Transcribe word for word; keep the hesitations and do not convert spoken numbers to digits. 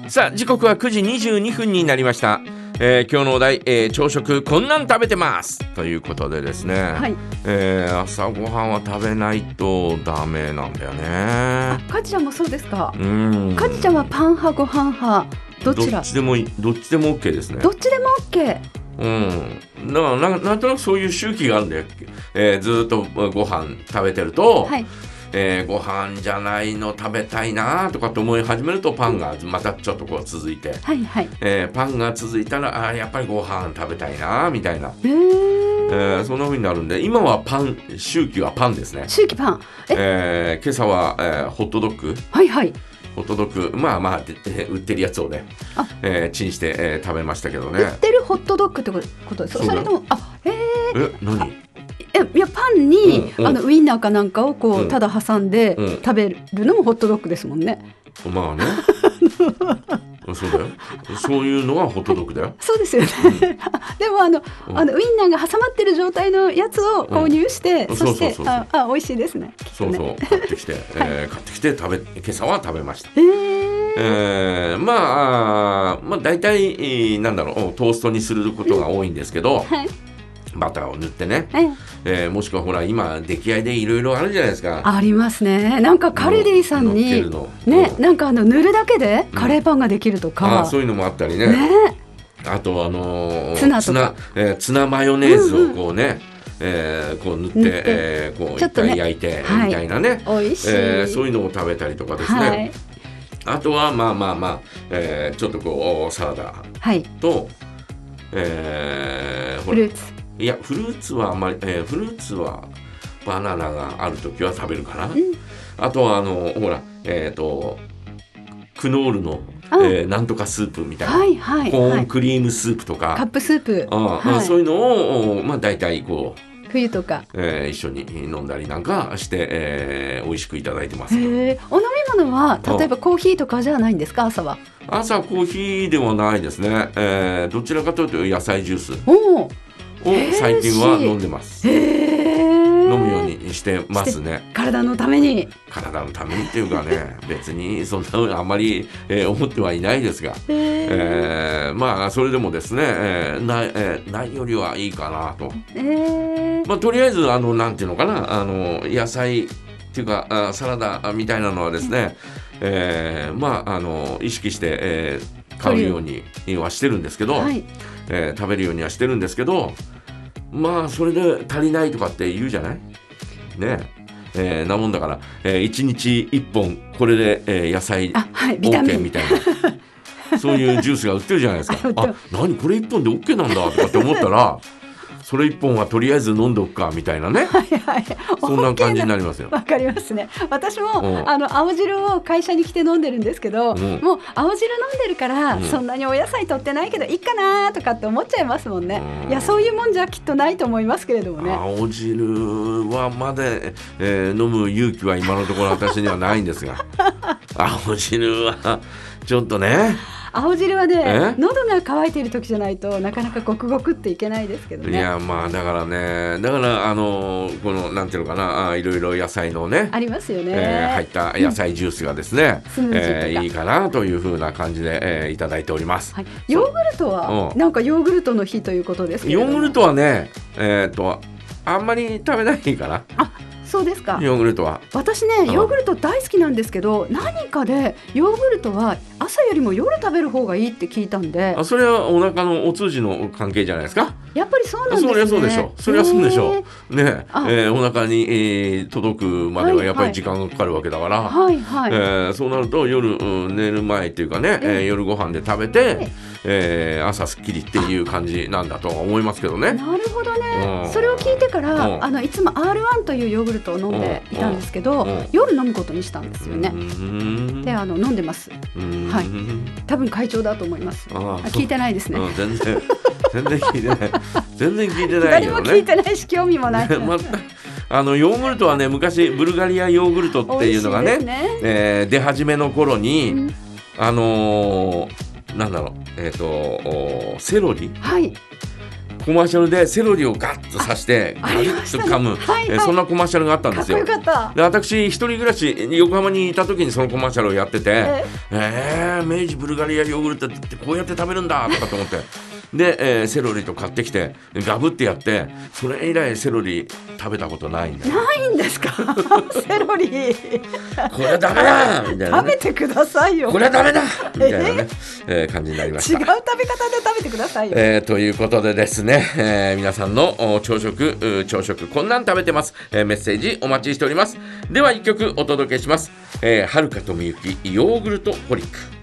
さあ時刻はくじにじゅうにふんになりました。えー、今日のお題、えー、朝食こんなん食べてますということでですね、はい、えー、朝ごはんは食べないとダメなんだよね。 あ、かじちゃんもそうですか。 うん、 かじちゃんはパン派ご飯派どちら？ どっちでもいい、どっちでも OK ですね。 どっちでも OK。 うん、だから な, なんとなくそういう周期があるんだよ、えー、ずっとご飯食べてると、はい、えー、ご飯じゃないの食べたいなとかと思い始めるとパンがまたちょっとこう続いて、はいはい、えー、パンが続いたらあやっぱりご飯食べたいなみたいな、えーえー、そんな風になるんで今はパン、周期はパンですね。 周期パン、 えー、今朝は、えー、ホットドッグ、はいはい、ホットドッグ、まあまあ、えー、売ってるやつをね、えー、チンして、えー、食べましたけどね。 売ってるホットドッグってことですか？それとも、あ、えー、 え、何？ いやパンに、うんうん、あのウインナーかなんかをこう、うん、ただ挟んで食べるのもホットドッグですもんね。 まあねそうだよ、そういうのはホットドッグだよ。 そうですよね、うん、でもあの、うん、あのウインナーが挟まってる状態のやつを購入して、うん、そしてああ美味しいですね。 そうそう買ってきて、えー、買ってきて食べ今朝は食べました。えーえー、まあまあ大体なんだろうトーストにすることが多いんですけど、はい、バターを塗ってね、ええー、もしくはほら今出来合いでいろいろあるじゃないですか。 ありますね。なんかカルディさんにね、うん、なんかあの塗るだけでカレーパンができるとか、うん、 あそういうのもあったりね、ね、あとあのー、 ツナとかツナ、えー、ツナマヨネーズをこうね、うんうんえー、こう塗って、えー、こう一回焼いて、ね、みたいなね、 はい、美味しい、 えー、そういうのを食べたりとかですね、はい、あとはまあまあまあ、えー、ちょっとこうサラダと、はい、えー、ほらフルーツ、 いやフルーツはあんまり、えー、フルーツはバナナがあるときは食べるかな、うん、あとはあのほらえっ、ー、とクノールの、えー、なんとかスープみたいな、はいはいはい、コーンクリームスープとかカップスープ、 あ、はい、そういうのをまあ大体こう冬とか、 えー、一緒に飲んだりなんかして、えー、美味しくいただいてます。 へお飲み物は例えばコーヒーとかじゃないんですか？朝は朝コーヒーではないですね、えー、どちらかというと野菜ジュースを最近は飲んでます。飲むようにしてますね。 体のために体のためにっていうかね別にそんなのあんまり、えー、思ってはいないですが、えー、まあそれでもですね、えー なえー、ないよりはいいかなと、えーまあ、とりあえずあのなんていうのかなあの野菜っていうかあサラダみたいなのはですね、えー、まああの意識して、えー、買うようにはしてるんですけど、はいえー、食べるようにはしてるんですけどまあそれで足りないとかって言うじゃないねえー、なもんだから、えー、いちにちいっぽんこれで、えー、野菜 OK みたいなそういうジュースが売ってるじゃないですかあ何これいっぽんで OK なんだとかって思ったらそれいっぽんはとりあえず飲んでおくかみたいなね、はいはい、そんな感じになりますよ。 わかりますね。私も、うん、あの青汁を会社に来て飲んでるんですけど、うん、もう青汁飲んでるから、うん、そんなにお野菜取ってないけどいいかなとかって思っちゃいますもんね、うん、いやそういうもんじゃきっとないと思いますけれどもね。 青汁はまで、えー、飲む勇気は今のところ私にはないんですが青汁はちょっとね青汁はね喉が渇いている時じゃないとなかなかゴクゴクっていけないですけどね。 いやまあだからねだからあのこのなんていうのかなあいろいろ野菜のねありますよね、 えー、入った野菜ジュースがですね、うんえー、いいかなというふうな感じで、えー、いただいております、はい、 ヨーグルトは、うん、なんかヨーグルトの日ということですけどヨーグルトはねえー、っとあんまり食べないかな。 あそうですか。 ヨーグルトは私ねヨーグルト大好きなんですけど何かでヨーグルトは朝よりも夜食べる方がいいって聞いたんであそれはお腹のお通じの関係じゃないですか。 やっぱりそうなんですね。 それはそうでしょそれはそうでしょねえー、お腹に、えー、届くまではやっぱり時間がかかるわけだから、はいはいえー、そうなると夜、うん、寝る前っていうかね、えー、夜ご飯で食べて、えー、朝すっきりっていう感じなんだと思いますけどね。 なるほどね、うん、それを聞いてから、うん、あのいつも アールワン というヨーグルトを飲んでいたんですけど、うんうん、夜飲むことにしたんですよね。であの飲んでます、はい、多分会長だと思います。あ聞いてないですね、 うん、全然全然聞いてない全然聞いてないけどね。 誰も聞いてないし興味もない、 ま、あのヨーグルトはね昔ブルガリアヨーグルトっていうのが ね, ね、えー、出始めの頃に、うん、あのー、なんだろう、えーと、セロリ、はい、 コマーシャルでセロリをガッと刺してガリッと噛む、はいはい、そんなコマーシャルがあったんですよ。 かっこよかった。 で私一人暮らし横浜にいた時にそのコマーシャルをやってて、えー、えー、明治ブルガリアヨーグルトってこうやって食べるんだとかと思ってで、えー、セロリと買ってきてガブってやってそれ以来セロリ食べたことないんだ。 ないんですかセロリこれはダメだみたいな、ね、 食べてくださいよ。 これはダメだみたいなね、えー、感じになりました。 違う食べ方で食べてくださいよ、 えー、ということでですね、えー、皆さんの朝食朝食こんなん食べてます、えー、メッセージお待ちしております。ではいっきょくお届けします。えー、はるかとみゆきヨーグルトホリック。